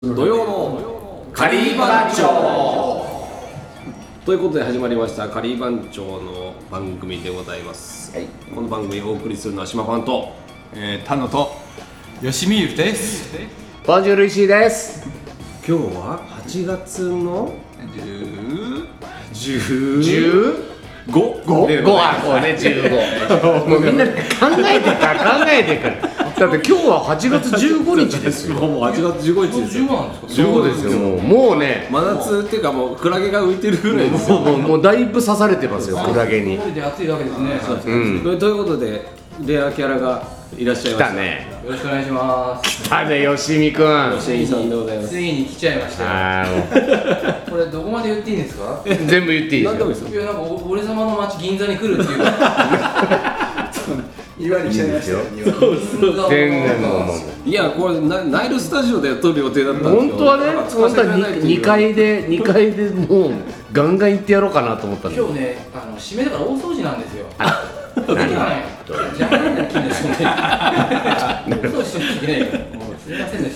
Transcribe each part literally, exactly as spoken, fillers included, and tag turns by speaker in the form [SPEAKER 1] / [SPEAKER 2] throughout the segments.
[SPEAKER 1] 土曜のカリー番長ということで始まりましたカリー番長の番組でございます、はい、この番組をお送りするのは島ファンと、
[SPEAKER 2] えー、タノと吉見ゆるです
[SPEAKER 3] ボンジュール石井です。
[SPEAKER 1] 今日ははちがつの
[SPEAKER 3] じゅうご ごはこうねじゅうごもうみんな考えてから考えてからだって今日ははちがつじゅうごにちですよ。
[SPEAKER 1] もうはちがつじゅうごにちですよ。
[SPEAKER 3] そうですよ。もうもうね
[SPEAKER 1] 真夏っていうかもうクラゲが浮いてるぐらいですよ。
[SPEAKER 3] もうもうだいぶ刺されてますよクラゲに。
[SPEAKER 4] 暑いわけですね。
[SPEAKER 1] うん、ということでレアキャラがいらっしゃいました。
[SPEAKER 3] 来たね。
[SPEAKER 4] よろしくお願いします。
[SPEAKER 3] 来たね吉見くん。
[SPEAKER 1] 吉見さんでございます。
[SPEAKER 4] ついに来ちゃいましたよ。
[SPEAKER 3] あ
[SPEAKER 4] これどこまで言っていいんですか？
[SPEAKER 3] 全部言っていいですよ。
[SPEAKER 4] いやなんか俺様の町銀座に来るっていう。
[SPEAKER 2] 岩に来ちゃいましたよ。
[SPEAKER 3] 全然もう
[SPEAKER 1] いやこれナイルスタジオで撮る予定だったんですよ。
[SPEAKER 3] 本当はね本当はにかいでにかいでもうガンガン行ってやろうかなと思ったんで。
[SPEAKER 4] 今日ねあの締めだから大掃除なんですよ。
[SPEAKER 3] 何？
[SPEAKER 4] 邪魔なんだ金ですよね。大掃除しなきゃいけないから。もうすみませんでした。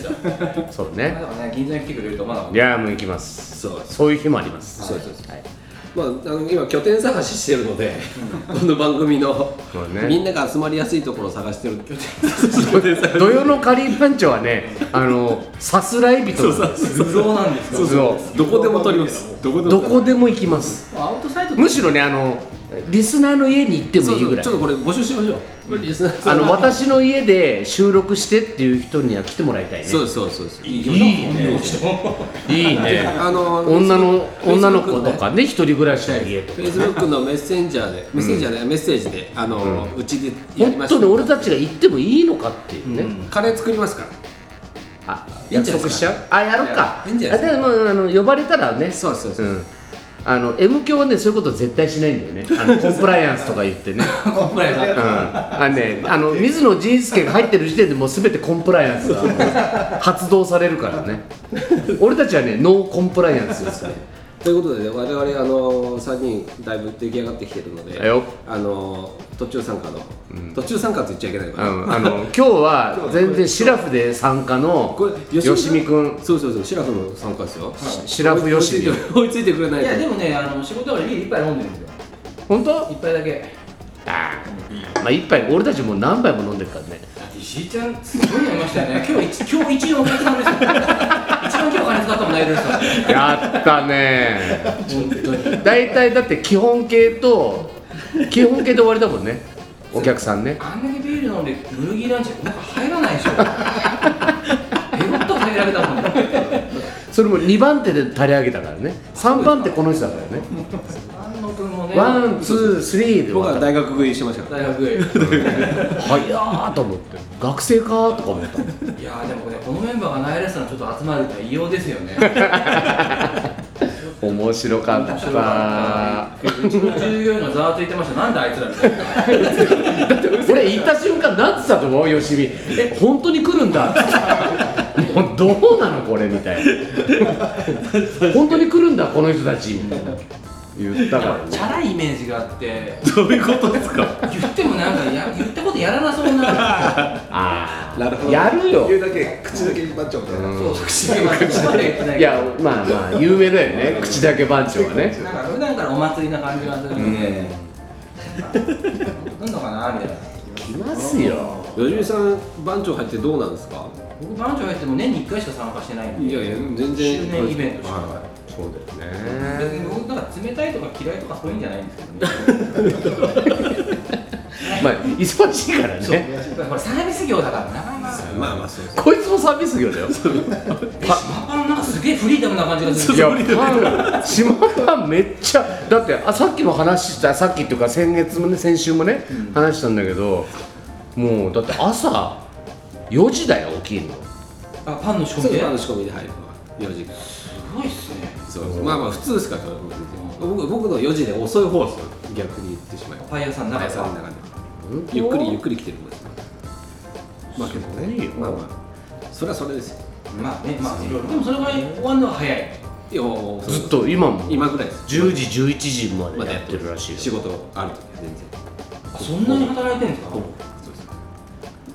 [SPEAKER 3] そうね。
[SPEAKER 4] だからね銀座に来てくれるとまだ。
[SPEAKER 3] いやもう行きます。
[SPEAKER 1] そう
[SPEAKER 3] そういう日もあります。
[SPEAKER 1] そうです。はい。まあ、あの今拠点探ししてるのでこの番組の、ね、みんなが集まりやすいところを探してる拠点探し
[SPEAKER 3] 土曜のカリー番長はねあのさすらい人なんです
[SPEAKER 4] 無造なんですか。
[SPEAKER 3] そうそう
[SPEAKER 1] どこでも撮りますどこでも
[SPEAKER 3] どこでも行きます。
[SPEAKER 4] アウトサイド
[SPEAKER 3] むしろねあのリスナーの家に行ってもいいぐらい。
[SPEAKER 1] そうそうちょっとこれ募集しましょう、うん、リスナー
[SPEAKER 3] あの私の家で収録してっていう人には来てもらいたいね。
[SPEAKER 1] そうですそうですそうです。
[SPEAKER 3] いいねいいね
[SPEAKER 1] あの
[SPEAKER 3] 女の女の子とかね一人暮らしの家とか、ね、
[SPEAKER 1] フェイスブックのメッセンジャーでメッセンジャーで、うん、メッセージであのうち、うん、でやりましょう。
[SPEAKER 3] 本当に俺たちが行ってもいいのかっていうね、うん、
[SPEAKER 1] カレー作りますから
[SPEAKER 3] あ約束しちゃう。あやるか。
[SPEAKER 1] いいんじゃないですか。
[SPEAKER 3] でもあの呼ばれたらね。
[SPEAKER 1] そうそうそう、うん
[SPEAKER 3] あの M 響はねそういうこと絶対しないんだよね。あのコンプライアンスとか言ってね。
[SPEAKER 4] コンプライアンス。
[SPEAKER 3] うん。あのねあの水野仁介が入ってる時点でもうすべてコンプライアンスが発動されるからね。俺たちはねノーコンプライアンスですね。
[SPEAKER 1] ということで、ね、我々あのさんにんだいぶ出来上がってきてるので、あの途中参加の、うん、途中参加って言っちゃいけないから、
[SPEAKER 3] うん、あの今日は全然シラフで参加の吉見くん。
[SPEAKER 1] そうそうそうシラフの参加ですよ。
[SPEAKER 3] シラフ吉見
[SPEAKER 1] 追いついてくれないと。
[SPEAKER 4] いやでもねあの仕事終わりビール一杯飲んでるんですよ。
[SPEAKER 3] 本当？
[SPEAKER 4] 一杯だけ。
[SPEAKER 3] ああ、まあ一杯俺たちもう何杯も飲んでるからね。
[SPEAKER 4] 石井ちゃんすごい飲みましたよね。今日一今日一のお客さんですよ。一番今日金使ったもんないですか。
[SPEAKER 3] やったね。
[SPEAKER 4] 本当に。
[SPEAKER 3] 大体だって基本形と基本形で終わりだもんね。お客さんね。
[SPEAKER 4] あんだけビール飲んでブルギーランチなんか入らないでしょ。ペロッと入れられたもんね。
[SPEAKER 3] それもにばん手で垂れ上げたからね。さんばん手この人だからね。ワン、ツー、スリーで
[SPEAKER 1] 僕は大学食いしましたから。
[SPEAKER 4] 大学食い。
[SPEAKER 3] 早ーと思って学生かーとか思った。
[SPEAKER 4] いやーでもねこのメンバーがナイレストランちょっと集まるって異様ですよね。
[SPEAKER 3] 面白かった。
[SPEAKER 4] うちの従業員がざわついてました。なんであいつらみたいな。
[SPEAKER 3] だって俺行った瞬間なんつったと思う吉見。え本当に来るんだ。もうどうなのこれみたいな。本当に来るんだこの人たちみたいな。言ったからね。
[SPEAKER 4] チャラいイメージがあって。
[SPEAKER 1] どういうことですか。
[SPEAKER 4] 言ってもなんかや言ったことやらなそうな。
[SPEAKER 3] ああ。
[SPEAKER 1] なるほど。
[SPEAKER 3] やるよ。
[SPEAKER 2] 言うだけ口だけ番長みたいな。
[SPEAKER 4] そう口だけ番長。
[SPEAKER 3] いやまあまあ有名だよね口だけ番長はね。
[SPEAKER 4] なんか普段からお祭りな感じがするので。来んのかなみたいな。
[SPEAKER 3] 来ますよ。
[SPEAKER 1] 吉見さん番長入ってどうなんですか。
[SPEAKER 4] 僕番長入っても年にいっかいしか参加してないんで。
[SPEAKER 1] いやいや全然。
[SPEAKER 4] 周年イベントしか。
[SPEAKER 3] そうだよね。
[SPEAKER 4] 別に僕なんか冷たいとか嫌いとかそういうんじゃないんですけどね。
[SPEAKER 3] まあ忙しいからね。
[SPEAKER 4] これサービス業だからな。
[SPEAKER 1] まあまあそうです。
[SPEAKER 3] こいつもサービス業だよ。
[SPEAKER 4] パンなんかすげえフリーダムな感じがする。
[SPEAKER 3] いやパン島パンめっちゃだってあさっきも話したさっきっていうか先月もね先週もね、うん、話したんだけどもうだって朝よじだよ起きるの。
[SPEAKER 4] あパンの仕込みで。
[SPEAKER 1] パンの仕込みで入るのはよじ。
[SPEAKER 4] すごいっすね。
[SPEAKER 1] そうまあまあ普通ですから僕僕のよじで遅い方ですよ逆に言ってしまえば。
[SPEAKER 4] パン屋さんの中で
[SPEAKER 1] ゆっくりゆっくり来てるんですよ。まあけどねまあまあそれはそれですよ。
[SPEAKER 4] まあねまあでもそれぐらい終わるのは早い。
[SPEAKER 1] いや
[SPEAKER 3] ずっと今も
[SPEAKER 1] 今ぐらいです。
[SPEAKER 3] じゅうじじゅういちじまでやってるらしいよ。
[SPEAKER 1] 仕事ある時は全然。
[SPEAKER 4] そんなに働いてるんですか。大変です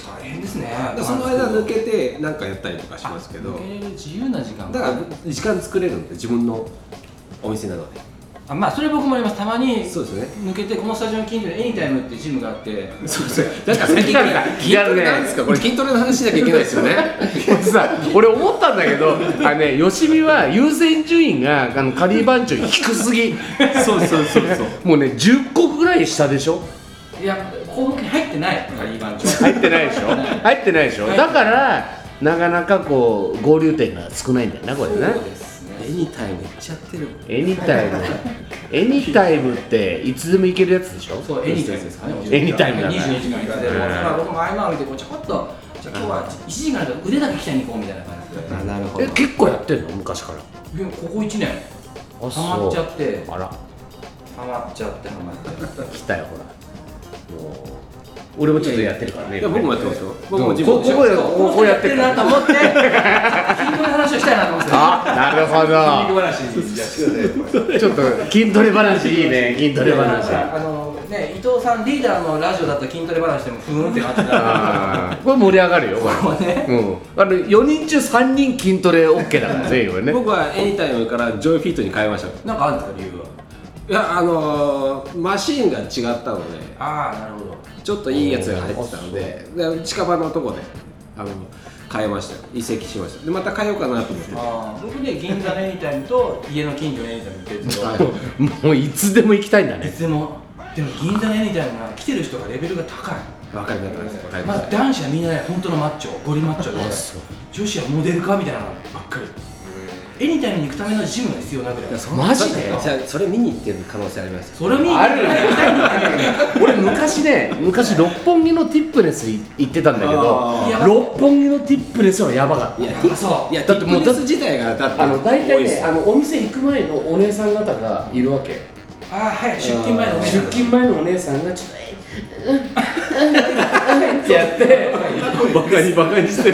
[SPEAKER 4] ですね。
[SPEAKER 1] でその間抜けて何かやったりとかしますけど、
[SPEAKER 4] 抜けれる自由な時間
[SPEAKER 1] だから時間作れるんで自分のお店なので。
[SPEAKER 4] あ、まあそれ僕もあります。たまに
[SPEAKER 1] そうですね。
[SPEAKER 4] 抜けてこのスタジオの近所にエニタイムってジムがあって、
[SPEAKER 1] そうですね。なんか最近なんか筋トレなんですか。これ筋トレの話しなきゃいけないですよね。
[SPEAKER 3] さ俺思ったんだけど、あのね、よしみは優先順位があのカリー番長低すぎ。
[SPEAKER 1] そうそうそうそう。
[SPEAKER 3] もうねじゅっこぐらい下でしょ。
[SPEAKER 4] いや項目に入ってないカリー番長。
[SPEAKER 3] 入ってないでしょ。入ってないでしょ。だからなかなかこう合流点が少ないんだよなこれね。
[SPEAKER 4] そうですね。
[SPEAKER 1] エニタイムいっちゃってる。
[SPEAKER 3] エニタイム。エニタイムっていつでも行けるやつでしょ。
[SPEAKER 4] そうエニタイムですかね。
[SPEAKER 3] エニタイムだから
[SPEAKER 4] にじゅうにじかんいつでも。だから僕も合間を見てこうちょこっとじゃあ今日はいちじかんだと腕だけ鍛えに行こうみたいな感じで。
[SPEAKER 1] あ、なるほど。
[SPEAKER 3] え結構やってんの昔から。
[SPEAKER 4] いやここいちねん
[SPEAKER 3] あ
[SPEAKER 4] ハマっちゃって、
[SPEAKER 3] あら
[SPEAKER 4] ハマっちゃってハマっちゃって。
[SPEAKER 3] 来たよほら。もう俺もちょっとやってるからね。
[SPEAKER 1] いや僕もやってますよ。僕も
[SPEAKER 3] こ
[SPEAKER 1] 自分で
[SPEAKER 3] ここでここやってる
[SPEAKER 4] なと思って筋トレの話をしたいなと思って。
[SPEAKER 3] あ、なるほど。
[SPEAKER 4] 話にじゃあしてください。
[SPEAKER 3] ちょっと筋トレ話いいね、筋トレ話。
[SPEAKER 4] あのね、伊藤さんリーダーのラジオだったら筋トレ話でもふーんって感じだ。
[SPEAKER 3] あーこれ盛り上がるよ、こ
[SPEAKER 4] これね。
[SPEAKER 3] れ。うん。あのよにん中さんにん筋トレ OK だからね、これね。
[SPEAKER 1] 僕はエニタイムからジョイフィットに変えました。
[SPEAKER 4] なんかあるんですか理由は。
[SPEAKER 1] いや、あのー、マシーンが違ったので、
[SPEAKER 4] ああなるほど。
[SPEAKER 1] ちょっといいやつが入ってたので、で近場のとこであの変えましたよ。移籍しました。でまた変えようかなと思ってて。
[SPEAKER 4] ああ僕ね銀座のエニタイムと家の近所のエニタイムって言ってるけど、
[SPEAKER 3] もういつでも行きたいんだね。
[SPEAKER 4] いつでもでも銀座のエニタイムは来てる人がレベルが高い。
[SPEAKER 1] わかりました。わかり
[SPEAKER 4] まあ
[SPEAKER 1] ました。
[SPEAKER 4] 男子はみんなね本当のマッチョゴリマッチョで、女子はモデルかみたいなのばっかり。エニタイムに行くためのジムが必要なくらい。
[SPEAKER 3] マジで？
[SPEAKER 1] じゃあそれ見に行ってる可能性あります。
[SPEAKER 4] それ見に
[SPEAKER 3] あるよね。俺昔ね、昔六本木のティップネス行ってたんだけど
[SPEAKER 1] あ
[SPEAKER 4] ー、
[SPEAKER 3] 六本木のティップネスはやばかった。
[SPEAKER 1] いや、
[SPEAKER 4] あそう
[SPEAKER 1] いや
[SPEAKER 3] だってもう
[SPEAKER 1] ティップネス自体がだって
[SPEAKER 3] あの大体ね、
[SPEAKER 1] 多いですよ
[SPEAKER 3] あのお店行く前のお姉さん方がいるわけ。
[SPEAKER 4] ああはい出勤前のね
[SPEAKER 3] 出勤前のお姉さんがちょっとえうんうんうんってやってバカにバカにしてる。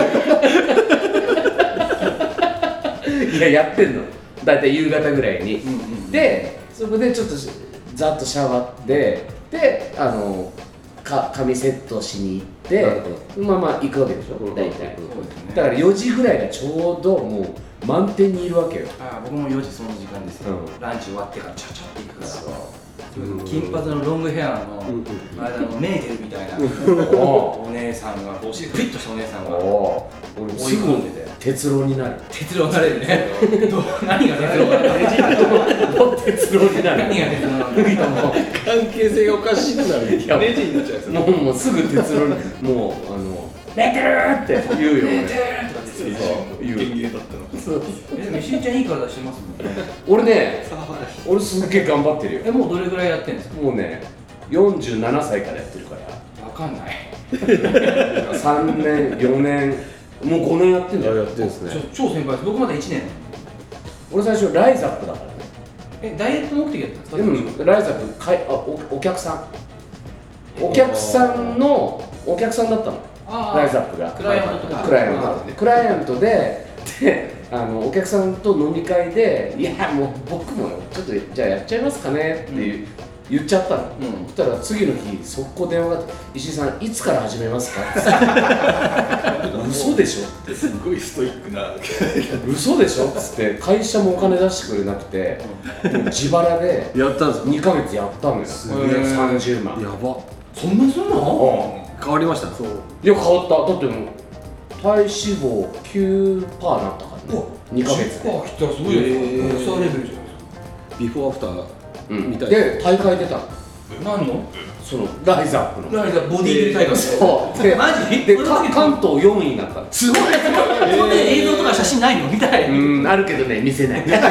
[SPEAKER 3] いややってんの。だいたい夕方ぐらいに。
[SPEAKER 4] うんうん
[SPEAKER 3] でそこでちょっとざっとシャワーってであのか髪セットしに行って
[SPEAKER 1] なるほ
[SPEAKER 3] まあまあ行くわけでしょ
[SPEAKER 1] うん
[SPEAKER 3] 大体。
[SPEAKER 1] うん
[SPEAKER 4] そうですね。
[SPEAKER 3] だからよじぐらいがちょうどもう満点にいるわけよ。
[SPEAKER 4] ああ僕もよじその時間ですよ、
[SPEAKER 3] うん
[SPEAKER 4] ランチ終わってからちゃちゃって行くから
[SPEAKER 3] そう
[SPEAKER 4] 金髪のロングヘアの、
[SPEAKER 1] うんうん
[SPEAKER 4] 間のメーテルみたいな
[SPEAKER 3] お
[SPEAKER 4] お姉さんがお尻クリッとしたお姉さんが
[SPEAKER 3] お俺
[SPEAKER 4] 追い込んでて
[SPEAKER 3] 鉄郎になる。
[SPEAKER 4] 鉄郎になれるねどう何が鉄郎なの
[SPEAKER 3] 鉄郎になる。
[SPEAKER 4] 何が鉄郎なのもう
[SPEAKER 1] 関係性がおかしくなる。
[SPEAKER 3] いや
[SPEAKER 1] ネジになっちゃうやつ。
[SPEAKER 3] もうもうすぐ鉄郎にもうあのメテルーって言うよ俺。
[SPEAKER 4] とかですよ
[SPEAKER 3] そう言う。そう
[SPEAKER 4] えでも石井ちゃんいい体してますもんね
[SPEAKER 3] 俺ね、俺すっげえ頑張ってるよ。
[SPEAKER 4] えもうどれぐらいやってんですか
[SPEAKER 3] もうね、よんじゅうななさいからやってるから
[SPEAKER 4] わかんない
[SPEAKER 3] さんねん、よねん、もうごねんやってんだよ。
[SPEAKER 1] やってるんですね。
[SPEAKER 4] ちょ超先輩です僕まだいちねん
[SPEAKER 3] 俺最初ライザップだからね。
[SPEAKER 4] えダイエット目的やったんですか
[SPEAKER 3] でもライザップかいあおお客さんお客さんのお客さんだったの。
[SPEAKER 4] あー
[SPEAKER 3] ライザップが
[SPEAKER 4] クライアントとか
[SPEAKER 3] クライアントクライアントでであのお客さんと飲み会で「いやもう僕もちょっとじゃあやっちゃいますかね」っていう、うん言っちゃったの、
[SPEAKER 4] うん
[SPEAKER 3] そしたら次の日速攻電話があって「石井さんいつから始めますか?」って嘘でしょって
[SPEAKER 2] すごいストイックな。
[SPEAKER 3] 嘘でしょっつって会社もお金出してくれなくてもう自腹で
[SPEAKER 1] やったんですか。
[SPEAKER 3] にかげつやったのよ
[SPEAKER 1] す
[SPEAKER 4] げえ
[SPEAKER 3] さんじゅうまん。
[SPEAKER 1] やば。
[SPEAKER 4] そんなすんの
[SPEAKER 3] うん
[SPEAKER 1] 変わりました。そう。
[SPEAKER 3] いや変わった。だってもう体脂肪 きゅうパーセント なったからねにかげつで、
[SPEAKER 4] 結構切ったらすごいですよ
[SPEAKER 1] へー
[SPEAKER 4] ボクサーレベルじゃないですか
[SPEAKER 1] ビフォーアフター
[SPEAKER 3] うん
[SPEAKER 1] みたいな。
[SPEAKER 3] で大会出たの
[SPEAKER 4] 何の
[SPEAKER 3] そのライザップの
[SPEAKER 4] ライダーボディビル大会
[SPEAKER 3] そうで
[SPEAKER 4] マジ
[SPEAKER 3] でか
[SPEAKER 4] その時
[SPEAKER 3] 関東よんいになったの。
[SPEAKER 4] すごいそんな映像とか写真ないのみたい
[SPEAKER 3] うんあるけどね見せない。
[SPEAKER 1] すげえ。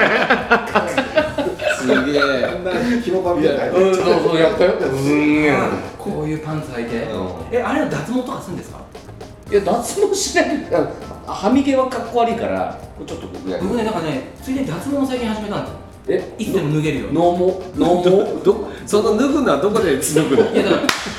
[SPEAKER 2] 広場みたいな。
[SPEAKER 3] うんそうそうやったよ。すんげえ
[SPEAKER 4] こういうパンツ履いて
[SPEAKER 3] うん
[SPEAKER 4] えあれは脱毛とかするんですか
[SPEAKER 3] いや脱毛しないあはみ毛はかっこ悪いからこれちょっと僕やる
[SPEAKER 4] 僕ねなんかねついでに脱毛も最近始めたんですよ
[SPEAKER 3] え
[SPEAKER 4] いつでも脱げるように
[SPEAKER 3] ノーモノーモ
[SPEAKER 1] どその脱ぐのはどこで脱ぐの？
[SPEAKER 4] いやだから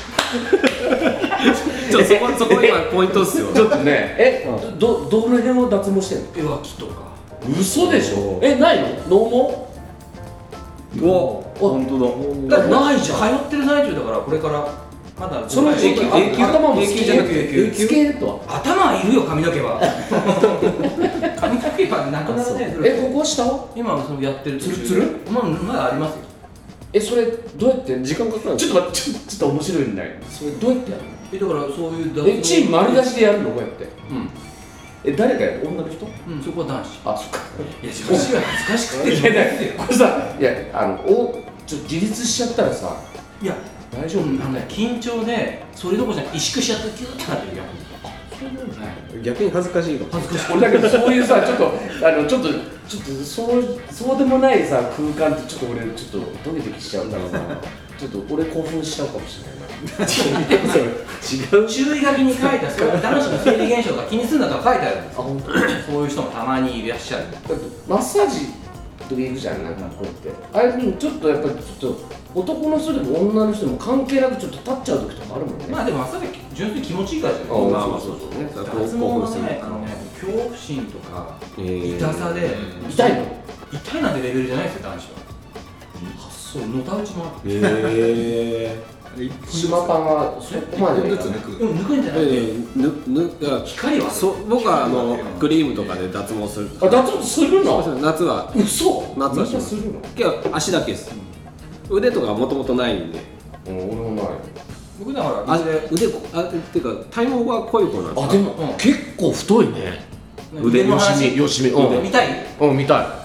[SPEAKER 1] ちょそこそこ今ポイントっすよ。
[SPEAKER 3] ちょっとねえどどの辺を脱毛してんの？
[SPEAKER 4] え脇とか
[SPEAKER 3] 嘘でしょ。えないのノーモ
[SPEAKER 1] うわ本当だ。
[SPEAKER 4] だからないじゃん通ってる最中だからこれからまだ
[SPEAKER 3] その
[SPEAKER 1] 永久
[SPEAKER 3] あ
[SPEAKER 1] 永久
[SPEAKER 3] 頭も
[SPEAKER 1] 永久じゃなくて
[SPEAKER 3] 永久スケートは
[SPEAKER 4] 頭はいるよ、髪の毛は髪の毛はなくならない。
[SPEAKER 3] え、ここは下は
[SPEAKER 4] 今はそのやってる
[SPEAKER 3] つるつる
[SPEAKER 4] まあ、まだありますよ。
[SPEAKER 3] え、それどうやって
[SPEAKER 1] 時間かかるんです
[SPEAKER 3] ちょっと待って、ちょちょっと面白いんだよそれどうやってやるの
[SPEAKER 4] え、だからそういう脱
[SPEAKER 3] え、チーム丸出しでやるのこうやって
[SPEAKER 4] うん
[SPEAKER 3] え、誰かやる女の人
[SPEAKER 4] うん、そこは男子。
[SPEAKER 3] あ、そっか
[SPEAKER 4] いや、女子は恥ずかしくて
[SPEAKER 3] いやいやこれさ、いや、あの、おちょっと自立しちゃったらさ
[SPEAKER 4] いや、
[SPEAKER 3] 大丈夫
[SPEAKER 4] うん、あのね、緊張でそれどころじゃなくて萎縮しちゃってキューってなってるよ。
[SPEAKER 1] 逆に恥ずかしいかも
[SPEAKER 4] 恥ずかしい。
[SPEAKER 3] 俺だけどそういうさ、ちょっと、あの、ちょっと、ちょっと、そう、そうでもないさ、空間ってちょっと俺、ちょっとドキドキしちゃうからさちょっと俺興奮しちゃうかもしれない違う
[SPEAKER 4] 注意書きに書いた、そう男子の生理現象が気にするんだとは書いてあるんですよ。
[SPEAKER 3] あ、本当
[SPEAKER 4] そういう人もたまにいらっしゃる。
[SPEAKER 3] だってマッサージとか行くじゃん、なんかこうやってあれにちょっとやっぱりちょっと男の人でも女の人でも関係なくちょっと立っちゃう時とかあるもんね。
[SPEAKER 4] まあでも、朝で純粋に気持ちいいからじゃない。
[SPEAKER 3] あ
[SPEAKER 1] まあまあそうそうね
[SPEAKER 4] 脱毛のね、あのね、恐怖心とか
[SPEAKER 1] えー
[SPEAKER 4] 痛さで、
[SPEAKER 3] 痛いの
[SPEAKER 4] 痛いなんてレベルじゃないですよ、男子は。発想、のたうちもある。
[SPEAKER 1] え
[SPEAKER 3] 島パンはそこまで
[SPEAKER 2] ずつ抜く
[SPEAKER 4] でも抜くんじゃ
[SPEAKER 1] ー、
[SPEAKER 4] ない
[SPEAKER 1] えー、ぬぬだから
[SPEAKER 4] 光は
[SPEAKER 1] そう僕はあのクリームとかで脱毛する
[SPEAKER 3] あ、脱毛するの
[SPEAKER 1] 夏は
[SPEAKER 3] 嘘
[SPEAKER 1] 夏は
[SPEAKER 3] みんなするの
[SPEAKER 1] けど足だけです腕とかもともとないんで
[SPEAKER 3] うん、俺もない
[SPEAKER 4] 僕だから、
[SPEAKER 1] あ腕あっていうか体毛が濃い方なんです
[SPEAKER 3] あ、
[SPEAKER 1] か
[SPEAKER 3] でも、
[SPEAKER 4] うん
[SPEAKER 3] 結構太いね腕
[SPEAKER 4] の話
[SPEAKER 3] よしみ、よしみうん
[SPEAKER 4] 見たい
[SPEAKER 3] うん、見たい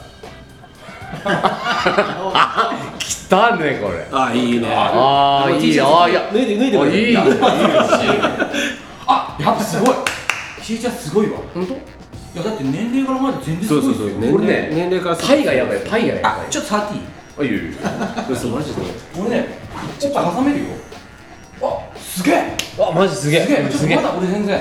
[SPEAKER 3] あ、来たね、これ
[SPEAKER 1] あいいね
[SPEAKER 3] あー、いいよ、あー、いや
[SPEAKER 1] 脱いで脱いでくれ
[SPEAKER 3] あいいいい
[SPEAKER 4] あ、やっぱすごいしーちゃんすごいわ。
[SPEAKER 3] 本当
[SPEAKER 4] いや、だって年齢からまで全然す
[SPEAKER 1] そう
[SPEAKER 4] ごいですよ。
[SPEAKER 1] そうそう年
[SPEAKER 3] 俺ね
[SPEAKER 1] 齢年齢から
[SPEAKER 3] パイがやばい、パイがやばい
[SPEAKER 4] あ、ちょっと触っていい
[SPEAKER 3] あ、いいよいいよ
[SPEAKER 1] 嘘マジで
[SPEAKER 4] 俺ね、ちょっと挟めるよ。あ、すげえ
[SPEAKER 3] あ、マジすげ
[SPEAKER 4] すげえちょっとまだ俺全然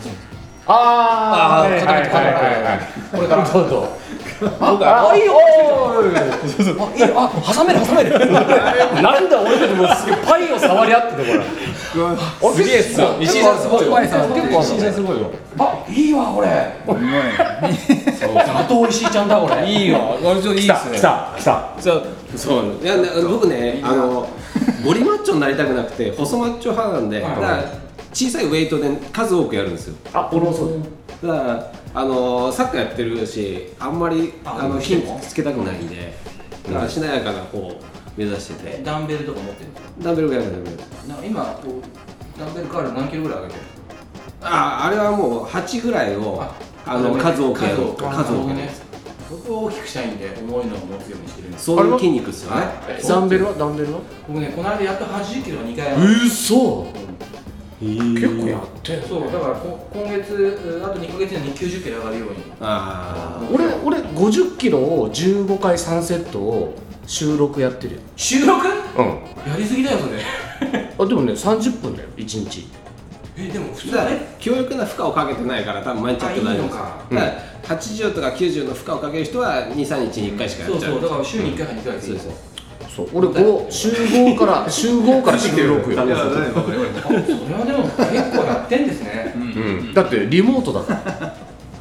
[SPEAKER 3] あー、
[SPEAKER 4] あー
[SPEAKER 3] はいはいはいはいはい
[SPEAKER 4] これから
[SPEAKER 3] どうぞ
[SPEAKER 4] あ、あ、いいよあ、いいよあ、挟める挟める
[SPEAKER 3] なんだ俺たちもすげえパイを触り合っててこれ
[SPEAKER 2] すげえっすよ石井さんすごいよ
[SPEAKER 3] 結構
[SPEAKER 2] 石井さんすごいよ
[SPEAKER 4] あ、いいわこれ
[SPEAKER 2] うまい
[SPEAKER 4] 打倒石井ちゃんだこれ
[SPEAKER 2] いいよ割といいっすね
[SPEAKER 3] 来た来た
[SPEAKER 1] そうそういやな僕ねあのボリマッチョになりたくなくて細マッチョ派なんでだから小さいウェイトで数多くやるんですよ
[SPEAKER 3] あ、俺もそう
[SPEAKER 1] だからあのサッカーやってるしあんまり
[SPEAKER 4] あ
[SPEAKER 1] あの
[SPEAKER 4] でも
[SPEAKER 1] 筋つけたくないんでだからしなやかなこう目指してて
[SPEAKER 4] ダンベルとか持ってる
[SPEAKER 1] ダンベルがやるダンベル
[SPEAKER 4] なんか今こうダンベルカール何キロぐらい上げてる
[SPEAKER 1] ああれはもうはちぐらいをあの数多くやる数多くね
[SPEAKER 4] 僕を大きくしたいんで重いのを持つようにしてるんです
[SPEAKER 1] そういう筋肉っすよね
[SPEAKER 3] ダンベルはダンベルは
[SPEAKER 4] 僕ね、この間やっとはちじゅっキロにかいやる
[SPEAKER 3] うそ結構やってん
[SPEAKER 4] そう、だからこ今月、あとにかげつにきゅうじゅっキロ上がるように
[SPEAKER 1] ああ
[SPEAKER 3] 俺、俺ごじゅっキロをじゅうごかいさんセットを週ろくやってるよ
[SPEAKER 4] 収録
[SPEAKER 3] うん
[SPEAKER 4] やりすぎだよそれ
[SPEAKER 3] あ、でもね、さんじゅっぷんだよ、いちにち
[SPEAKER 4] え、でも普通
[SPEAKER 1] だから
[SPEAKER 4] ね
[SPEAKER 1] 強力な負荷をかけてないから多分毎日やって大丈夫です
[SPEAKER 4] あ
[SPEAKER 3] いいのか
[SPEAKER 1] だからはちじゅうとかきゅうじゅうの負荷をかける人はに、さんにちにいっかいしかやっちゃう
[SPEAKER 4] そうそう、だから週にいっかいかにかいでいい
[SPEAKER 1] そうですよ
[SPEAKER 3] そう、俺ご、週ごから、週ごから週ろくよ
[SPEAKER 2] いや
[SPEAKER 1] いや
[SPEAKER 2] 何でも分かる
[SPEAKER 4] あ、それはでも結構やってんですね
[SPEAKER 3] うん、だってリモートだから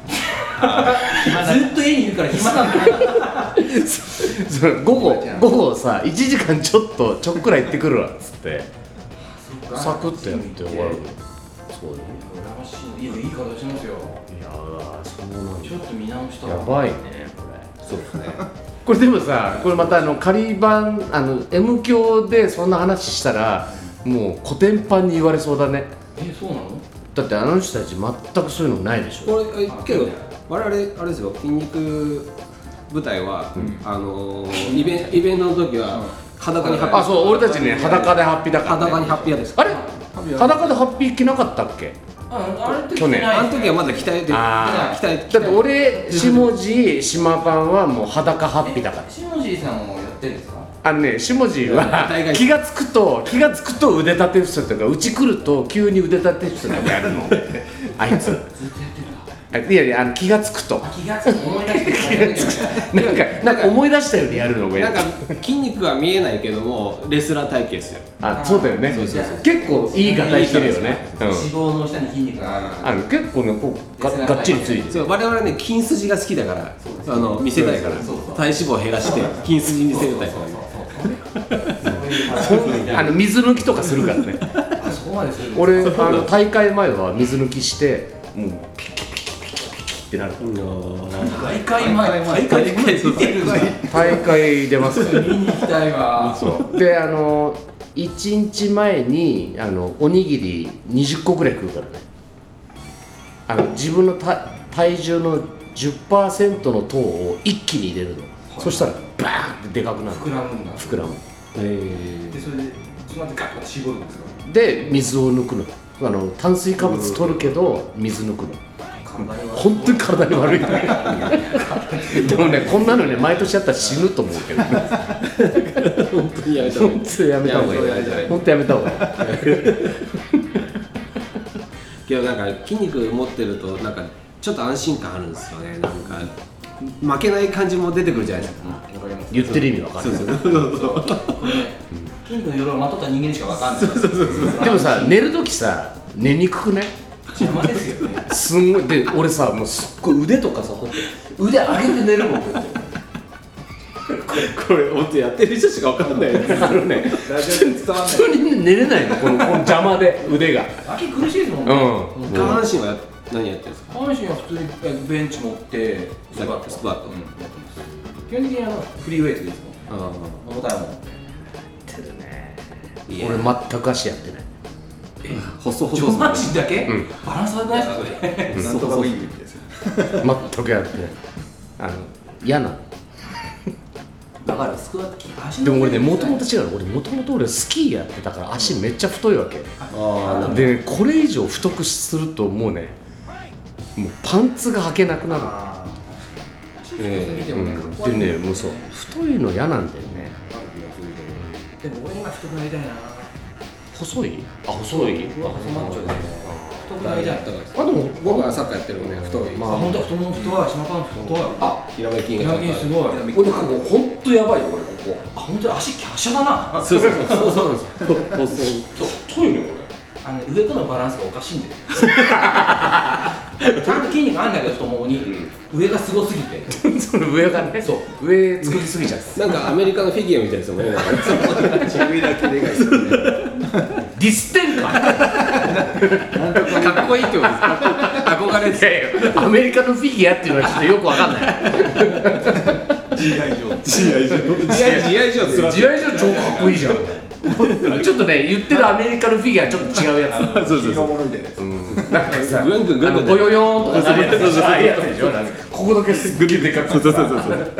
[SPEAKER 4] ずっと家にいるから暇なんだ
[SPEAKER 3] そう午後、午後さ、いちじかんちょっと、ちょっくら行ってくるわっつってサクッとやって終わるのそうだよね
[SPEAKER 4] 羨ましいいや、いい形しますよ
[SPEAKER 3] いやー、そうなんだ
[SPEAKER 4] ちょっと見直した
[SPEAKER 3] や
[SPEAKER 4] わ
[SPEAKER 3] ばいね、これ
[SPEAKER 1] そうですね
[SPEAKER 3] これでもさ、これまたあの仮版、あの M 響でそんな話したらもうコテンパンに言われそうだね
[SPEAKER 4] え、そうなの
[SPEAKER 3] だってあの人たち全くそういうのないでしょ
[SPEAKER 1] これえけど我々あれですよ筋肉部隊は、あのー、イベンイベントの時は裸にハッピー
[SPEAKER 3] あ、そう、俺たちね、裸でハッピーだから、ね、
[SPEAKER 1] 裸にハッピー屋です
[SPEAKER 3] あれ裸でハッピー着なかったっけ
[SPEAKER 4] あ、あれって
[SPEAKER 3] 去年
[SPEAKER 1] あの時はまだ鍛えて
[SPEAKER 3] あ
[SPEAKER 1] 鍛えて
[SPEAKER 3] だって俺、下地、島パンはもう裸ハッピーだから
[SPEAKER 4] 下地さんもやってるんですか
[SPEAKER 3] あのね、下地は
[SPEAKER 1] 大概
[SPEAKER 3] 気がつくと、気がつくと腕立て伏せとか、うち来ると急に腕立て伏せとかやるのあいつ
[SPEAKER 4] ずっとやってるんだ
[SPEAKER 3] いやいや、あの気がつくと
[SPEAKER 4] 気がつく思い出して
[SPEAKER 3] なんか、なんか思い出したようにやるのが
[SPEAKER 1] なんか筋肉は見えないけどもレスラー体型ですよ
[SPEAKER 3] あ、そうだよね
[SPEAKER 1] そうそうそう
[SPEAKER 3] 結構いい方してるよね、うん、
[SPEAKER 4] 脂肪の下に筋肉がある
[SPEAKER 3] あの結構ね、こうががっちりついてる
[SPEAKER 1] そう我々ね筋筋が好きだからあの見せたいから
[SPEAKER 4] そうそう
[SPEAKER 1] 体脂肪を減らして筋筋に見せたいから
[SPEAKER 3] あの水抜きとかするからね
[SPEAKER 4] そこまでする。
[SPEAKER 3] 俺あの大会前は水抜きしてもうピキピキピキピキってなるから
[SPEAKER 4] 大会前大会で出てるんだ。
[SPEAKER 3] 大会出ますから
[SPEAKER 4] 見に行きたいわ。
[SPEAKER 3] そうであのいちにちまえにあのおにぎりにじゅっこぐらい食うからねあの自分のた体重の じゅっパーセント の糖を一気に入れるの、はい、そしたらバーンってでかくなる
[SPEAKER 4] 膨らむんだ
[SPEAKER 3] 膨らむ
[SPEAKER 4] でそれでその後ガッと絞るんですか
[SPEAKER 3] で水を抜くのあの炭水化物取るけど水抜くの本当に体に悪いでもねこんなのね毎年やったら死ぬと思うけど
[SPEAKER 1] 本当にやめた方がいい
[SPEAKER 3] 本当やめた方がいい本当やめた方がいい
[SPEAKER 1] けどなんか筋肉持ってるとなんかちょっと安心感あるんですよねなんか負けない感じも出てくるじゃないですか、
[SPEAKER 3] うん、言ってる意味わかる
[SPEAKER 1] そうそうそうそう
[SPEAKER 4] 筋肉の鎧をまとった人間にしかわかんない
[SPEAKER 3] でもさ寝るときさ寝にくくね
[SPEAKER 4] 邪魔ですよね
[SPEAKER 3] すんごいで俺さもうすっごい腕とかさこうやって腕上げて寝るもんこうやって
[SPEAKER 1] これ本当やってる人しかわかんないやつ
[SPEAKER 3] あのね
[SPEAKER 4] ラジオで伝わんない
[SPEAKER 3] 普通に寝れないのこのこの邪魔で腕が
[SPEAKER 4] 秋苦しいですもんね、
[SPEAKER 3] うん
[SPEAKER 1] 下半身はや何やってるんですか
[SPEAKER 4] 下半身は普通にベンチ持ってスクワット
[SPEAKER 1] スクワット、
[SPEAKER 4] うん、基本的にあのフリーウェイトでいいですもん
[SPEAKER 1] あ
[SPEAKER 4] 重たいもん
[SPEAKER 1] いや
[SPEAKER 3] 俺全く足やってない
[SPEAKER 1] 細細
[SPEAKER 4] 上半身だけ、
[SPEAKER 3] うん
[SPEAKER 4] バランス悪くないですかそれ
[SPEAKER 1] なんとかウィー
[SPEAKER 2] クですよ
[SPEAKER 3] 全くやってないあの嫌なの
[SPEAKER 4] だからスクワット足
[SPEAKER 3] でも俺ねもともと違うの俺もともと俺スキーやってたから足めっちゃ太いわけ
[SPEAKER 1] ああ
[SPEAKER 3] でこれ以上太くするともうねもうパンツが履けなくなる
[SPEAKER 4] あー
[SPEAKER 1] え
[SPEAKER 4] 見てもね、かっこ
[SPEAKER 3] で
[SPEAKER 4] いい
[SPEAKER 3] ねもうそう太いの嫌なんだよね
[SPEAKER 4] でも俺今太くなりたいな
[SPEAKER 3] 細いあ細い
[SPEAKER 4] 僕は細マッチョで太くなりたい
[SPEAKER 3] あでも
[SPEAKER 1] 僕はサッカーやってるのね太い
[SPEAKER 3] ま
[SPEAKER 4] あ、本当は太もも太い、島パン太い
[SPEAKER 1] あ平目筋
[SPEAKER 4] 平
[SPEAKER 1] が
[SPEAKER 4] 均すごい
[SPEAKER 3] 俺なんかもうほんとやばいよ俺ここ
[SPEAKER 4] あ、本当に足華奢だな
[SPEAKER 1] そうそうそうそうなんですよ細い
[SPEAKER 3] 太いね
[SPEAKER 4] あのね、上とのバランスがおかしいんだよちゃんと筋肉あんだけど太ももに上がすごすぎて
[SPEAKER 3] 俺その上がねそう上作りすぎちゃう
[SPEAKER 1] なんかアメリカのフィギュアみたいですよね
[SPEAKER 2] 上だけでかいですよね
[SPEAKER 3] ディスってんか
[SPEAKER 1] かっこいいってことですか憧れて
[SPEAKER 3] アメリカのフィギュアっていうのはちょっとよくわかんない
[SPEAKER 2] ジーアイ ジョー ジーアイ ジョー
[SPEAKER 1] 自愛自愛上です
[SPEAKER 3] 自愛上超かっこいいじゃんちょっとね言ってるアメリカのフィギュアちょっと違うやつ
[SPEAKER 2] そうそうそうものみたいなやつ
[SPEAKER 3] なんかさ
[SPEAKER 1] ぐんぐんぐんぐん
[SPEAKER 3] あのボヨヨーンとかするやつああいうやつでしょなんかここだけすっげえでかく
[SPEAKER 1] そうそうそうそう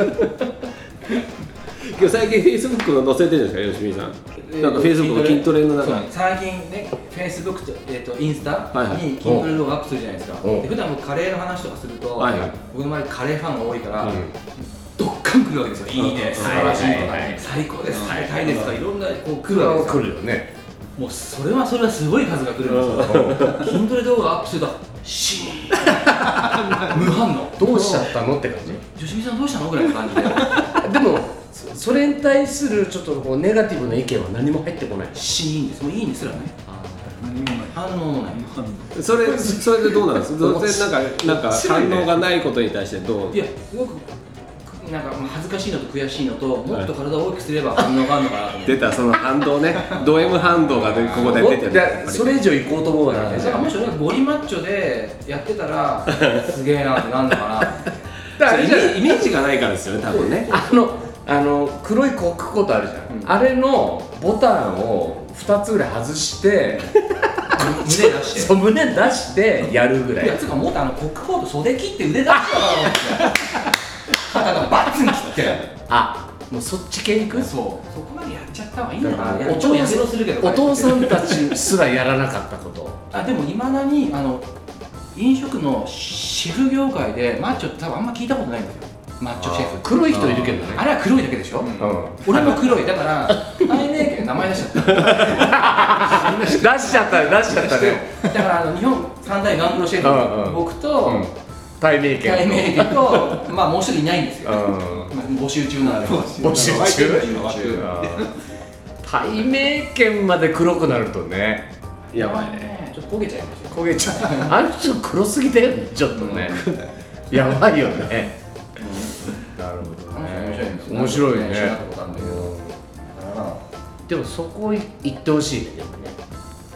[SPEAKER 1] 今日最近フェイスブックを載せてるんですか吉見さんなんかフェイスブックの筋トレの中
[SPEAKER 4] 最近ね、フェイスブックと、えー、とインスタ
[SPEAKER 1] はいはい
[SPEAKER 4] に筋トレ動画アップするじゃないですか、
[SPEAKER 3] うん
[SPEAKER 4] で普段僕カレーの話とかすると、
[SPEAKER 1] はいはい
[SPEAKER 4] 僕の周りカレーファンが多いから、
[SPEAKER 3] うん
[SPEAKER 4] どっかん来るわけですよ、いいね、素晴らしいとか、
[SPEAKER 3] はいはいはい
[SPEAKER 4] 最高です、食べたいですとか、いろんなこう来るわけです
[SPEAKER 3] 来
[SPEAKER 4] よ。
[SPEAKER 3] るよね
[SPEAKER 4] もうそれはそれはすごい数が来るんですよ。筋トレ動画アップすると、シーン無反応。
[SPEAKER 3] どうしちゃったのって感じ
[SPEAKER 4] 吉見さんどうしたのぐらいの感じで。
[SPEAKER 3] でもそそれに対するちょっとこうネガティブな意見は何も入ってこない
[SPEAKER 4] シーンです。もういいんですらね。
[SPEAKER 2] 何もない
[SPEAKER 4] 反応もない。
[SPEAKER 1] それそれでどうなんですかそれでなんかなんか反応がないことに対してどう
[SPEAKER 4] いや、すごくなんかまあ恥ずかしいのと悔しいのと、もっと体を大きくすれば反応があるのかなと思って。
[SPEAKER 1] 出たその反動ねド M 反動がでここで出てる
[SPEAKER 3] いやそれ以上行こうと思うわけ
[SPEAKER 4] だからもし俺がボリマッチョでやってたらすげえなってなんのかな。
[SPEAKER 3] だからあれじゃない
[SPEAKER 1] イメージがないからですよね多分ね
[SPEAKER 3] あのあの黒いコックコートあるじゃん、あれのボタンをふたつぐらい外して
[SPEAKER 4] 胸出して。
[SPEAKER 3] そう胸出してやるぐらい
[SPEAKER 4] いやつうかもっとあのコックコート袖切って腕出したから思って肩がバッツン切って
[SPEAKER 3] あもうそっち系行く
[SPEAKER 4] そうそこまでやっちゃった方がいいのかな。いや
[SPEAKER 3] お
[SPEAKER 4] 超やけどするけど
[SPEAKER 3] お父さんたちすらやらなかったこと
[SPEAKER 4] あでもいまだにあの飲食のシェフ業界でマッチョって多分あんま聞いたことないんですよ。マッチョシェフ
[SPEAKER 3] 黒い人いるけどね
[SPEAKER 4] あれは黒いだけでしょ、
[SPEAKER 3] うん
[SPEAKER 4] 俺も黒いだから大名家名前出しちゃった
[SPEAKER 3] 出しちゃった出しちゃったね
[SPEAKER 4] だからあの日本三大ガングロシェフ、
[SPEAKER 3] うんうん
[SPEAKER 4] 僕と、
[SPEAKER 3] うん対名権
[SPEAKER 4] 大名家とまあもう一人いないんですよ、
[SPEAKER 3] うん
[SPEAKER 4] まあ募集中なんで
[SPEAKER 3] 募集中
[SPEAKER 4] 募集
[SPEAKER 3] 対名権まで黒くなるとね
[SPEAKER 1] やばいね
[SPEAKER 4] ちょっと焦げちゃいましたよ
[SPEAKER 3] 焦げちゃうあの人黒すぎだよねちょっとねやばいよねなるほどね面白いね
[SPEAKER 4] 知らなかったことあるんだけどだから
[SPEAKER 3] でもそこ行ってほしいねでもね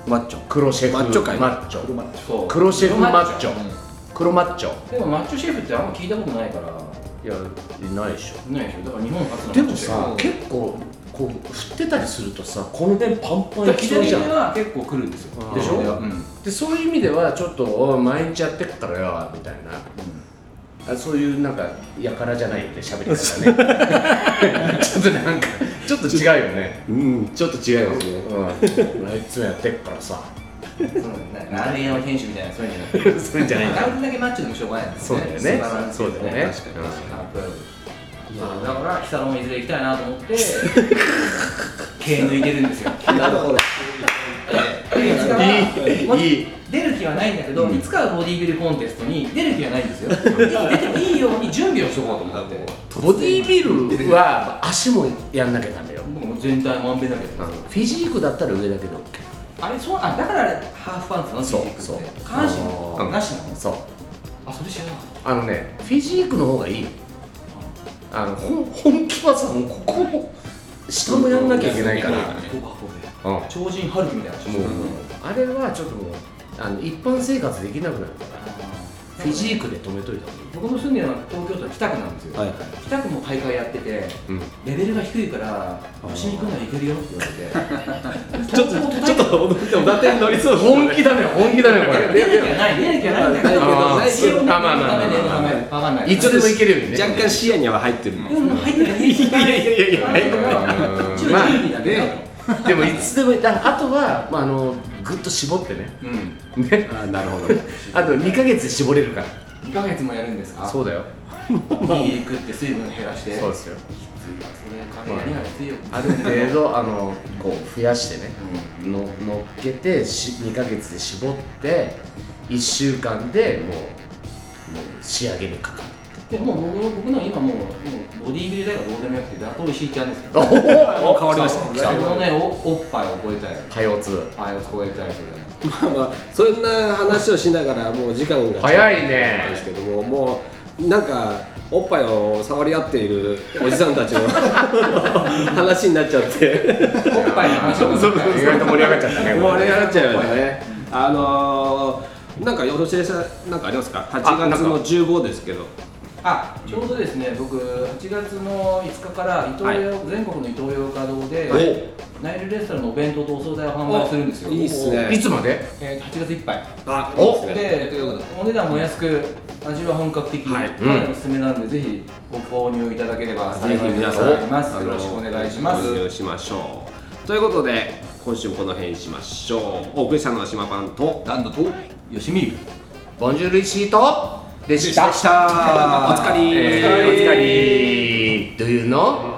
[SPEAKER 1] マッチョ
[SPEAKER 3] 黒シェフ
[SPEAKER 1] マッチョ界
[SPEAKER 3] マッチョ
[SPEAKER 4] そう
[SPEAKER 3] 黒シェフマッチョ
[SPEAKER 4] うん
[SPEAKER 3] 黒マッチョ
[SPEAKER 4] でもマッチョシェフってあんま聞いたことないから
[SPEAKER 3] いやいないでしょ
[SPEAKER 4] ないでしょ。だから日本初の
[SPEAKER 3] でも
[SPEAKER 4] マッチョシェフ
[SPEAKER 3] さ結構こう振ってたりするとさこの辺パンパン
[SPEAKER 4] だ
[SPEAKER 3] いきそうじゃん
[SPEAKER 4] は結構来るんですよ。
[SPEAKER 3] でしょ
[SPEAKER 4] でうん
[SPEAKER 3] でそういう意味ではちょっとおい毎日やってっからよみたいな、あそういうなんかやからじゃないよね喋り方ねちょっとなんかちょっと違うよね
[SPEAKER 1] うん
[SPEAKER 3] ちょっと違うよねうんいつもやってっからさ
[SPEAKER 4] そうなんかラーメン屋の店主みたいなそういうんじゃなくて
[SPEAKER 3] そういうんじゃないんだ
[SPEAKER 4] あんだけマッチョでもしょうがないんです
[SPEAKER 3] そうだよね
[SPEAKER 4] バランス
[SPEAKER 3] そうだよね
[SPEAKER 4] 確かにそうだからヒサロンいずれ行きたいなと思って毛抜いてるんですよ。
[SPEAKER 1] なるほど
[SPEAKER 4] いつかはい
[SPEAKER 3] いいい
[SPEAKER 4] 出る気はないんだけど、いつかはボディビルコンテストに出る気はないんですよ。出てもいいように準備をしとこうと思って
[SPEAKER 3] ボディービルは足もやんなきゃダメよ
[SPEAKER 4] 僕も全体まんべんなきゃ
[SPEAKER 3] フィジークだったら上だけど OK
[SPEAKER 4] あれそうあだからあれハーフパンツなの
[SPEAKER 3] そう
[SPEAKER 4] フィジーク
[SPEAKER 3] そう
[SPEAKER 4] って下半身
[SPEAKER 3] うん
[SPEAKER 4] なしなの
[SPEAKER 3] そう
[SPEAKER 4] あそれ知らなかっ
[SPEAKER 3] あのねフィジークの方がいいよあのほん本気はさもうここも下もやんなきゃいけないから
[SPEAKER 4] た
[SPEAKER 3] うん
[SPEAKER 4] 超人ハルクみたいな
[SPEAKER 3] もうあれはちょっともうあの一般生活できなくなるからフィジークで止めといた方がいい
[SPEAKER 4] 僕の住んでるのは東京都北区なんですよ、
[SPEAKER 1] はい
[SPEAKER 4] 北区も大会やってて、
[SPEAKER 3] うん
[SPEAKER 4] レベルが低いから星に行くならいけるよって言われて
[SPEAKER 1] ちょっとちょっと踊っても打点乗りそう
[SPEAKER 3] 本気だね本気だねこれ
[SPEAKER 4] 出る気はない出る気はないんだけど
[SPEAKER 3] あー
[SPEAKER 4] 一応
[SPEAKER 3] まあまあまあまあ
[SPEAKER 4] ダメでダメわかんない
[SPEAKER 3] いつでもいけるようにね
[SPEAKER 1] 若干視野には入ってる
[SPEAKER 4] でも入ってないいやいやいやいや入ってない
[SPEAKER 3] まあ
[SPEAKER 4] だけど
[SPEAKER 3] でもいつでもだあとは、まあ、あのぐっと絞ってね
[SPEAKER 4] うん
[SPEAKER 3] ね
[SPEAKER 1] あなるほど
[SPEAKER 3] あとにかげつで絞れるから
[SPEAKER 4] にかげつもやるんですか
[SPEAKER 3] そうだよ
[SPEAKER 4] ビール食って水分減らして
[SPEAKER 3] そうですよ
[SPEAKER 4] それ金やりがきついよ
[SPEAKER 3] ある程度あのこう増やしてね、の乗っけてしにかげつで絞っていっしゅうかんでもうもう仕上げにかかる
[SPEAKER 4] でもう僕の僕の今もうもうボディービル代がどうでもよくて打倒石井ちゃんですよ
[SPEAKER 3] おお
[SPEAKER 1] 変わりました
[SPEAKER 4] そのねおおっぱいを超えたい
[SPEAKER 3] 対応通
[SPEAKER 4] あいを超えたいそれ
[SPEAKER 1] まあまあそんな話をしながらもう時間が
[SPEAKER 3] 早いね
[SPEAKER 1] なんですけどももうなんかおっぱいを触り合っているおじさんたちの話になっちゃって
[SPEAKER 4] おっぱいの話を
[SPEAKER 3] そう意外と盛り上がっちゃったね
[SPEAKER 1] 盛り上がっちゃいましたねあのー、なんかよろしいですかなんかありますかはちがつのじゅうごですけど
[SPEAKER 4] あちょうどですね僕はちがつのいつかからイトーヨー、全国のイトーヨーカ堂で、
[SPEAKER 3] はい
[SPEAKER 4] ナイルレストランのお弁当とお惣菜を販売するんですよ
[SPEAKER 1] いいっすね
[SPEAKER 3] いつまで
[SPEAKER 4] えー、はちがついっぱい
[SPEAKER 1] あ
[SPEAKER 3] お
[SPEAKER 1] いいですね
[SPEAKER 4] でお値段も安く味は本格的、
[SPEAKER 1] はい
[SPEAKER 4] かなりおすすめなのでぜひご購入いただければ
[SPEAKER 1] ぜひ皆さん
[SPEAKER 4] 幸いますよろしくお願いします
[SPEAKER 1] ご利用しましょうということで今週もこの辺にしましょうお送りしたのは島パンと
[SPEAKER 4] ランドと吉見
[SPEAKER 3] ボンジュール石井とでした
[SPEAKER 1] でしたお疲れ
[SPEAKER 3] えーお疲れ Do you know?